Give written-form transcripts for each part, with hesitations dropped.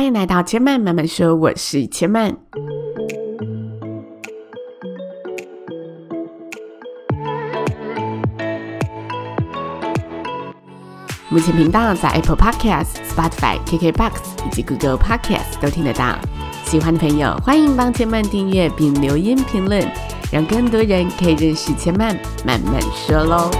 欢迎来到千曼慢慢说，我是千曼。目前频道在 Apple Podcast、Spotify、KKBOX 以及 Google Podcast 都听得到。喜欢的朋友欢迎帮千曼订阅并留言评论，让更多人可以认识千曼慢慢说咯。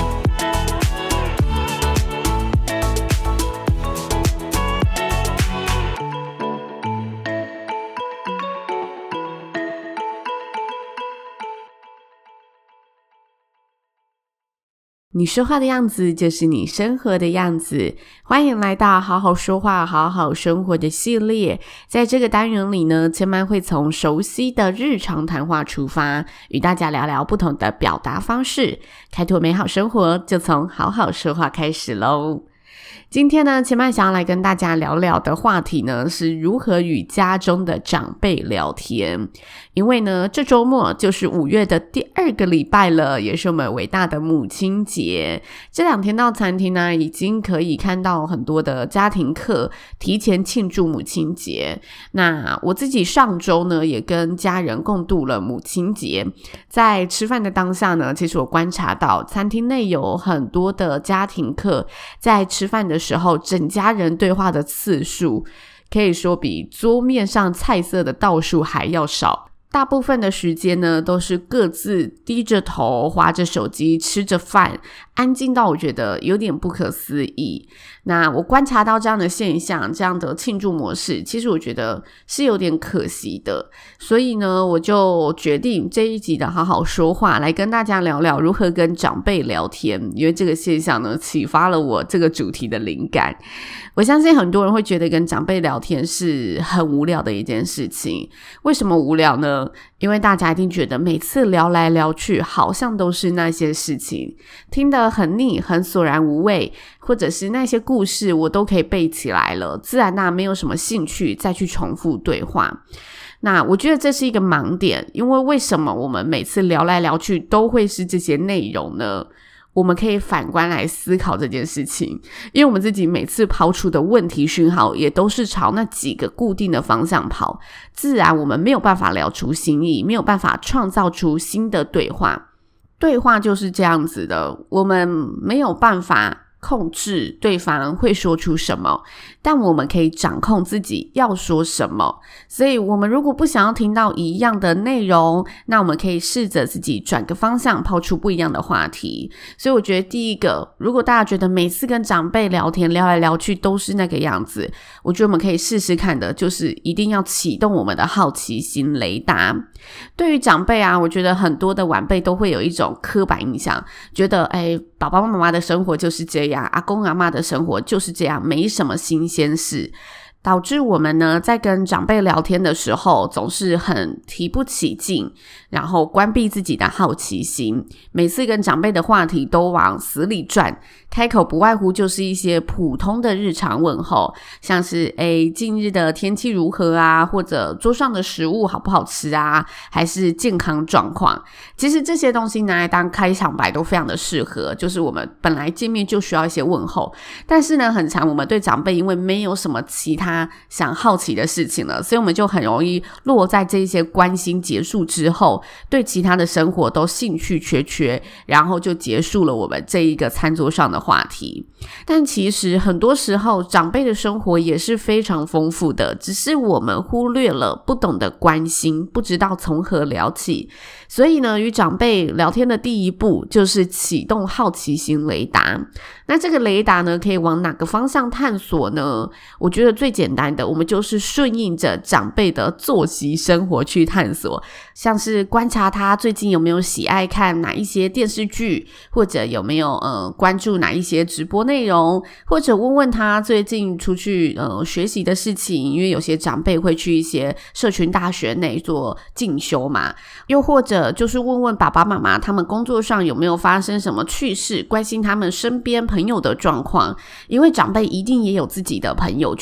你说话的样子就是你生活的样子，欢迎来到好好说话好好生活的系列。在这个单元里呢，千曼会从熟悉的日常谈话出发，与大家聊聊不同的表达方式，开拓美好生活就从好好说话开始咯。今天呢，千曼想要来跟大家聊聊的话题呢，是如何与家中的长辈聊天。因为呢，这周末就是5月的第2个礼拜了，也是我们伟大的母亲节。这2天到餐厅呢，已经可以看到很多的家庭客提前庆祝母亲节。那我自己上周呢，也跟家人共度了母亲节。在吃饭的当下呢，其实我观察到餐厅内有很多的家庭客在吃饭的时候，整家人对话的次数可以说比桌面上菜色的道数还要少。大部分的时间呢，都是各自低着头滑着手机吃着饭，安静到我觉得有点不可思议。那我观察到这样的现象，这样的庆祝模式，其实我觉得是有点可惜的。所以呢，我就决定这一集的好好说话来跟大家聊聊如何跟长辈聊天，因为这个现象呢，启发了我这个主题的灵感。我相信很多人会觉得跟长辈聊天是很无聊的一件事情。为什么无聊呢？因为大家一定觉得每次聊来聊去好像都是那些事情，听得很腻，很索然无味，或者是那些故事我都可以背起来了，自然没有什么兴趣再去重复对话。那我觉得这是一个盲点，因为什么我们每次聊来聊去都会是这些内容呢？我们可以反观来思考这件事情，因为我们自己每次抛出的问题讯号也都是朝那几个固定的方向跑，自然我们没有办法聊出新意，没有办法创造出新的对话。对话就是这样子的，我们没有办法控制对方会说出什么，但我们可以掌控自己要说什么。所以我们如果不想要听到一样的内容，那我们可以试着自己转个方向，抛出不一样的话题。所以我觉得第一个，如果大家觉得每次跟长辈聊天聊来聊去都是那个样子，我觉得我们可以试试看的，就是一定要启动我们的好奇心雷达。对于长辈我觉得很多的晚辈都会有一种刻板印象，觉得爸爸妈妈的生活就是这样，阿公阿嬷的生活就是这样，没什么新鲜事，导致我们呢在跟长辈聊天的时候总是很提不起劲，然后关闭自己的好奇心，每次跟长辈的话题都往死里转，开口不外乎就是一些普通的日常问候，像是近日的天气如何或者桌上的食物好不好吃还是健康状况。其实这些东西拿来当开场白都非常的适合，就是我们本来见面就需要一些问候，但是呢很常我们对长辈因为没有什么其他想好奇的事情了，所以我们就很容易落在这些关心结束之后，对其他的生活都兴趣缺，然后就结束了我们这一个餐桌上的话题。但其实很多时候长辈的生活也是非常丰富的，只是我们忽略了，不懂得关心，不知道从何聊起。所以呢，与长辈聊天的第一步就是启动好奇心雷达。那这个雷达呢，可以往哪个方向探索呢？我觉得最简单的，我们就是顺应着长辈的作息生活去探索，像是观察他最近有没有喜爱看哪一些电视剧，或者有没有关注哪一些直播内容，或者问问他最近出去学习的事情，因为有些长辈会去一些社群大学内做进修嘛，又或者就是问问爸爸妈妈他们工作上有没有发生什么趣事，关心他们身边朋友的状况，因为长辈一定也有自己的朋友圈，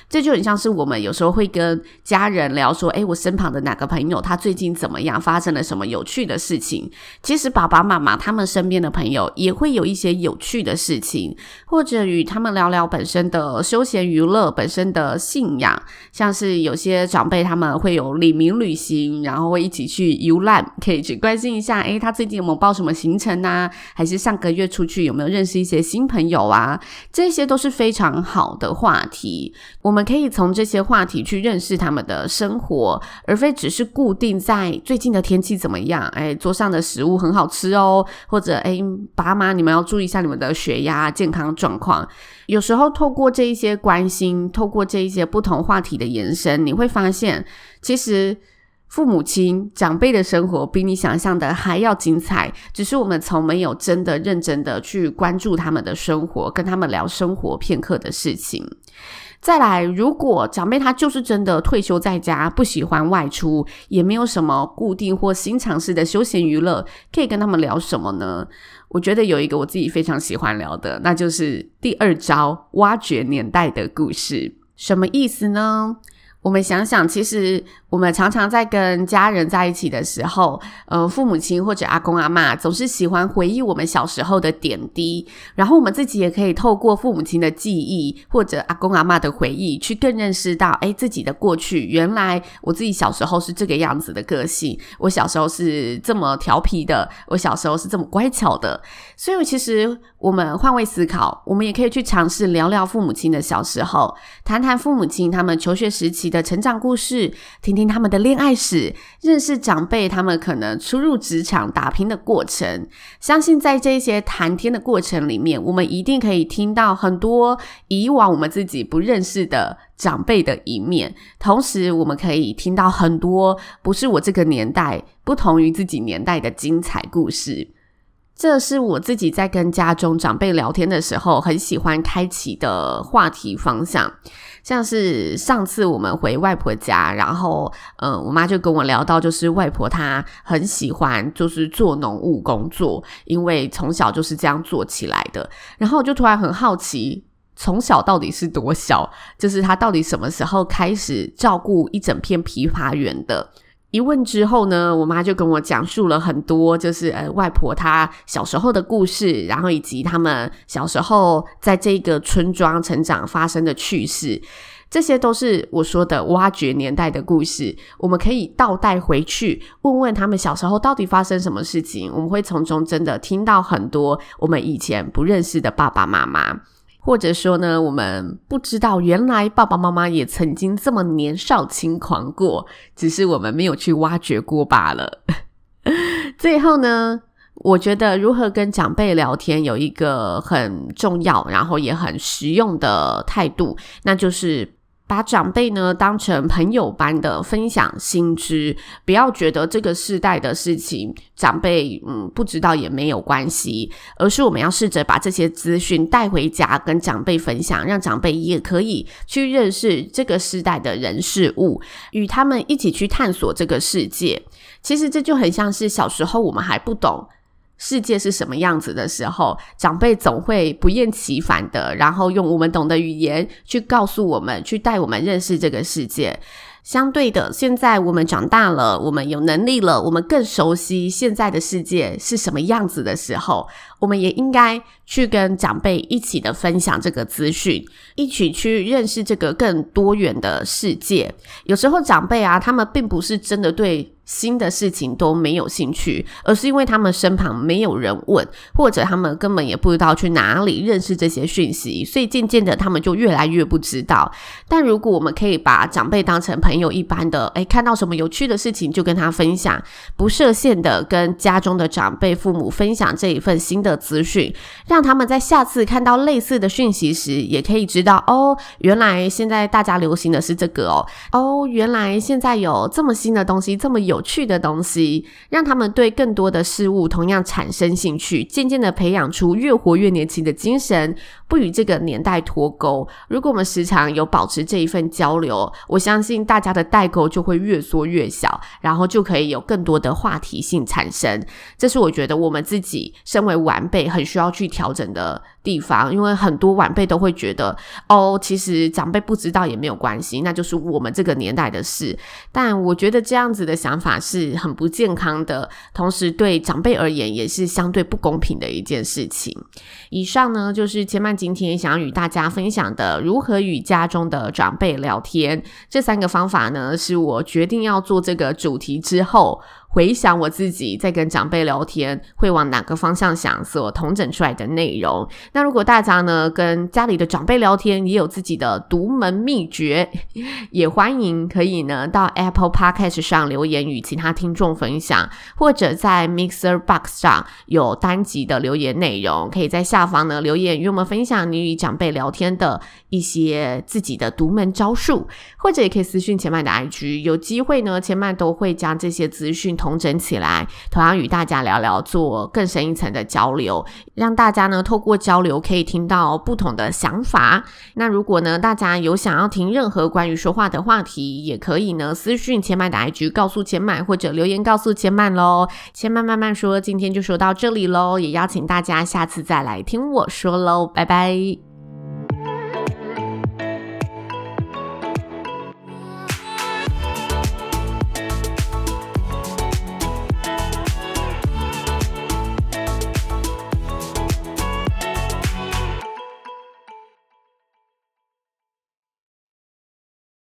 这就很像是我们有时候会跟家人聊说，我身旁的哪个朋友他最近怎么样，发生了什么有趣的事情。其实爸爸妈妈他们身边的朋友也会有一些有趣的事情，或者与他们聊聊本身的休闲娱乐，本身的信仰，像是有些长辈他们会有李明旅行，然后会一起去游览，可以去关心一下他最近有没有报什么行程啊，还是上个月出去有没有认识一些新朋友啊，这些都是非常好的话题。我们可以从这些话题去认识他们的生活，而非只是固定在最近的天气怎么样，桌上的食物很好吃哦，或者爸妈你们要注意一下你们的血压健康状况。有时候透过这一些关心，透过这一些不同话题的延伸，你会发现其实父母亲长辈的生活比你想象的还要精彩，只是我们从没有真的认真的去关注他们的生活，跟他们聊生活片刻的事情。再来，如果长辈他就是真的退休在家，不喜欢外出，也没有什么固定或新尝试的休闲娱乐，可以跟他们聊什么呢？我觉得有一个我自己非常喜欢聊的，那就是第2招，挖掘年代的故事。什么意思呢？我们想想，其实我们常常在跟家人在一起的时候，父母亲或者阿公阿嬷总是喜欢回忆我们小时候的点滴，然后我们自己也可以透过父母亲的记忆或者阿公阿嬷的回忆，去更认识到自己的过去，原来我自己小时候是这个样子的个性，我小时候是这么调皮的，我小时候是这么乖巧的。所以其实我们换位思考，我们也可以去尝试聊聊父母亲的小时候，谈谈父母亲他们求学时期的成长故事，听听他们的恋爱史，认识长辈他们可能初入职场打拼的过程。相信在这些谈天的过程里面，我们一定可以听到很多以往我们自己不认识的长辈的一面，同时我们可以听到很多不是我这个年代，不同于自己年代的精彩故事。这是我自己在跟家中长辈聊天的时候很喜欢开启的话题方向。像是上次我们回外婆家，然后我妈就跟我聊到，就是外婆她很喜欢就是做农务工作，因为从小就是这样做起来的。然后我就突然很好奇，从小到底是多小，就是她到底什么时候开始照顾一整片枇杷园的。一问之后呢，我妈就跟我讲述了很多，就是外婆她小时候的故事，然后以及他们小时候在这个村庄成长发生的趣事。这些都是我说的挖掘年代的故事，我们可以倒带回去，问问他们小时候到底发生什么事情，我们会从中真的听到很多我们以前不认识的爸爸妈妈。或者说呢，我们不知道原来爸爸妈妈也曾经这么年少轻狂过，只是我们没有去挖掘过罢了。最后呢，我觉得如何跟长辈聊天有一个很重要，然后也很实用的态度，那就是把长辈呢当成朋友般的分享新知，不要觉得这个世代的事情长辈不知道也没有关系，而是我们要试着把这些资讯带回家跟长辈分享，让长辈也可以去认识这个世代的人事物，与他们一起去探索这个世界。其实这就很像是小时候我们还不懂世界是什么样子的时候，长辈总会不厌其烦的，然后用我们懂的语言去告诉我们，去带我们认识这个世界。相对的，现在我们长大了，我们有能力了，我们更熟悉现在的世界是什么样子的时候，我们也应该去跟长辈一起的分享这个资讯，一起去认识这个更多元的世界。有时候长辈啊，他们并不是真的对新的事情都没有兴趣，而是因为他们身旁没有人问，或者他们根本也不知道去哪里认识这些讯息，所以渐渐的他们就越来越不知道。但如果我们可以把长辈当成朋友一般的，看到什么有趣的事情就跟他分享，不设限的跟家中的长辈父母分享这一份新的资讯，让他们在下次看到类似的讯息时也可以知道，原来现在大家流行的是这个原来现在有这么新的东西，这么有趣的东西，让他们对更多的事物同样产生兴趣，渐渐的培养出越活越年轻的精神， 不与这个年代脱钩。如果我们时常有保持这一份交流，我相信大家的代沟就会越缩越小，然后就可以有更多的话题性产生。这是我觉得我们自己身为晚辈很需要去调整的地方，因为很多晚辈都会觉得其实长辈不知道也没有关系，那就是我们这个年代的事。但我觉得这样子的想法是很不健康的，同时对长辈而言也是相对不公平的一件事情。以上呢就是千曼今天想要与大家分享的如何与家中的长辈聊天。这3个方法呢是我决定要做这个主题之后，回想我自己在跟长辈聊天会往哪个方向想所统整出来的内容。那如果大家呢跟家里的长辈聊天也有自己的独门秘诀，也欢迎可以呢到 Apple Podcast 上留言与其他听众分享，或者在 Mixer Box 上有单集的留言内容，可以在下方呢留言与我们分享你与长辈聊天的一些自己的独门招数，或者也可以私讯千曼的 IG， 有机会呢千曼都会将这些资讯统整起来，同样与大家聊聊，做更深一层的交流，让大家呢透过交流可以听到不同的想法。那如果呢大家有想要听任何关于说话的话题，也可以呢私讯千曼的 IG 告诉千曼，或者留言告诉千曼咯。千曼慢慢说今天就说到这里咯，也邀请大家下次再来听我说咯，拜拜。